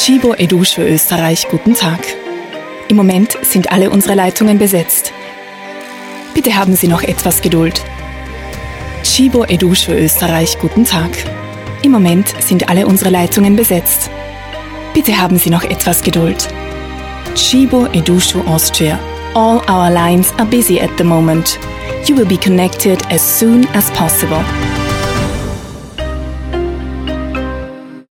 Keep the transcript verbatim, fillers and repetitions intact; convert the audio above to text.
Chibo Edusho Österreich, guten Tag. Im Moment sind alle unsere Leitungen besetzt. Bitte haben Sie noch etwas Geduld. Chibo Edusho Österreich, guten Tag. Im Moment sind alle unsere Leitungen besetzt. Bitte haben Sie noch etwas Geduld. Chibo Edusho Austria. All our lines are busy at the moment. You will be connected as soon as possible.